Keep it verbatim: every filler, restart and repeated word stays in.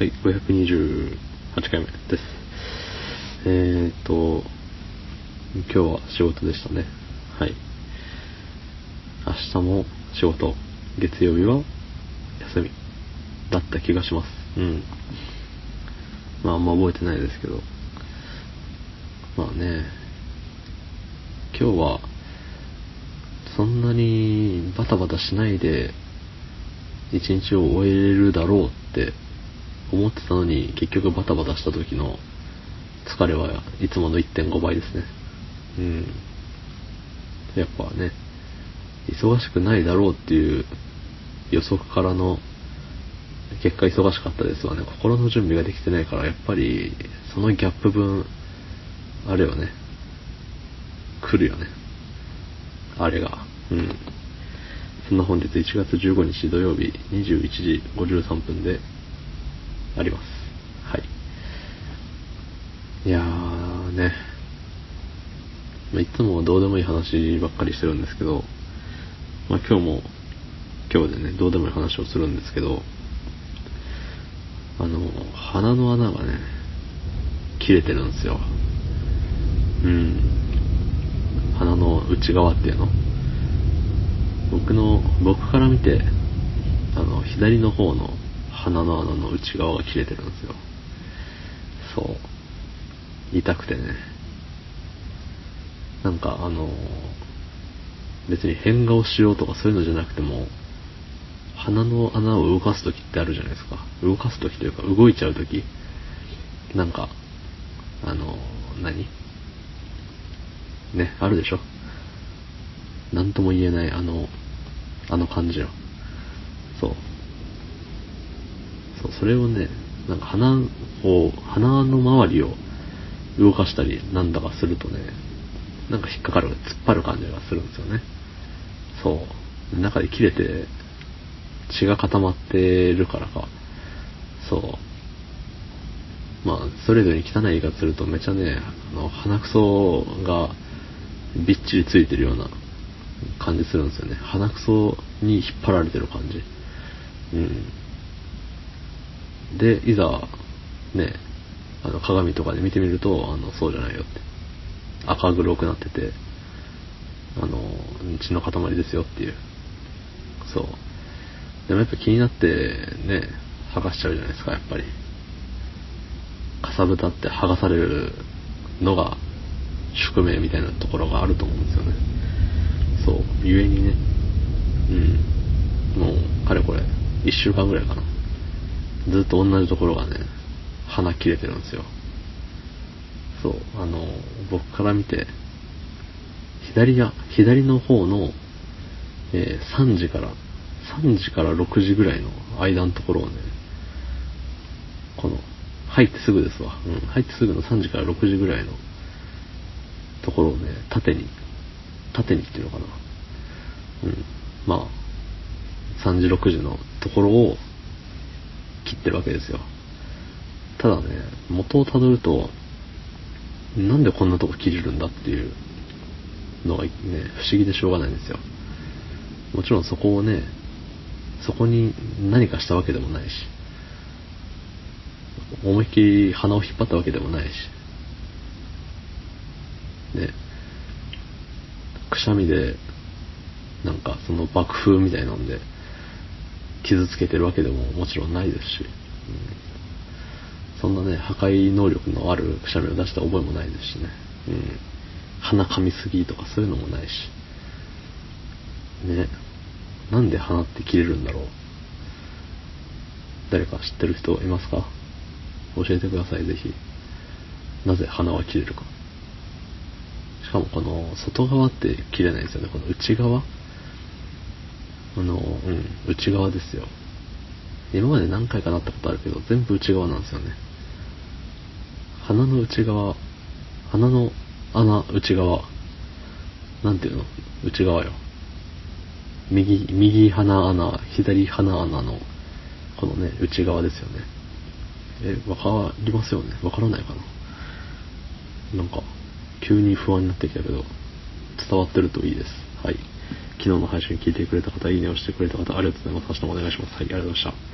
はい、ごひゃくにじゅうはちかいめです。えーっと、今日は仕事でしたね。はい。明日も仕事、月曜日は休みだった気がします。うん。まああんま覚えてないですけど。まあね、今日はそんなにバタバタしないで一日を終えれるだろうって思ってたのに、結局バタバタした時の疲れはいつもの いってんご 倍ですね。うん。やっぱね、忙しくないだろうっていう予測からの結果忙しかったですわね。心の準備ができてないから、やっぱりそのギャップ分あれよね、来るよね、あれが。うん。そんな本日いちがつじゅうごにち土曜日にじゅういちじごじゅうさんぷんであります。はい。いやーね、いつもどうでもいい話ばっかりしてるんですけど、まあ今日も今日でね、どうでもいい話をするんですけど、あの鼻の穴がね切れてるんですよ。うん。鼻の内側っていうの、僕の僕から見て、あの左の方の鼻の穴の内側が切れてるんですよ。そう、痛くてね、なんかあの別に変顔しようとかそういうのじゃなくても、鼻の穴を動かすときってあるじゃないですか。動かすときというか動いちゃうとき、なんかあの何ね、あるでしょ。なんとも言えないあのあの感じよ。そうそう、それをね、なんか鼻を鼻の周りを動かしたりなんだかするとね、なんか引っかかる、突っ張る感じがするんですよね。そう、中で切れて血が固まってるからか。そう、まあそれぞれに汚い言い方すると、めちゃね、あの鼻くそがびっちりついてるような感じするんですよね。鼻くそに引っ張られてる感じ。うん。で、いざね、あの鏡とかで見てみると、あのそうじゃないよって、赤黒くなってて、あの血の塊ですよっていう。そう。でもやっぱ気になってね、剥がしちゃうじゃないですか、やっぱり。かさぶたって剥がされるのが宿命みたいなところがあると思うんですよね。そう、ゆえにね、うん、もうかれこれいっしゅうかんぐらいかな、ずっと同じところがね、鼻切れてるんですよ。そう、あの僕から見て、左や左の方の、えー、さんじからさんじからろくじぐらいの間のところをね、この入ってすぐですわ、うん、入ってすぐのさんじからろくじぐらいのところをね、縦に縦にっていうのかな、うん、まあさんじろくじのところを切ってるわけですよ。ただね、元をたどると、なんでこんなとこ切れるんだっていうのがね、不思議でしょうがないんですよ。もちろんそこをね、そこに何かしたわけでもないし、思いっきり鼻を引っ張ったわけでもないし、ね、くしゃみでなんかその爆風みたいなんで傷つけてるわけでももちろんないですし、うん、そんなね破壊能力のあるくしゃみを出した覚えもないですしね、うん、鼻噛みすぎとかそういうのもないしね。なんで鼻って切れるんだろう。誰か知ってる人いますか？教えてください、ぜひ。なぜ鼻は切れるか。しかもこの外側って切れないですよね。この内側、あのうん内側ですよ。今まで何回かなったことあるけど、全部内側なんですよね。鼻の内側、鼻の穴内側、なんていうの、内側よ。右右鼻穴、左鼻穴のこのね内側ですよね。え、わかりますよね。わからないかな。なんか急に不安になってきたけど、伝わってるといいです。はい。昨日の配信聞いてくれた方、いいねをしてくれた方、ありがとうございます。明日もお願いします。はい、ありがとうございました。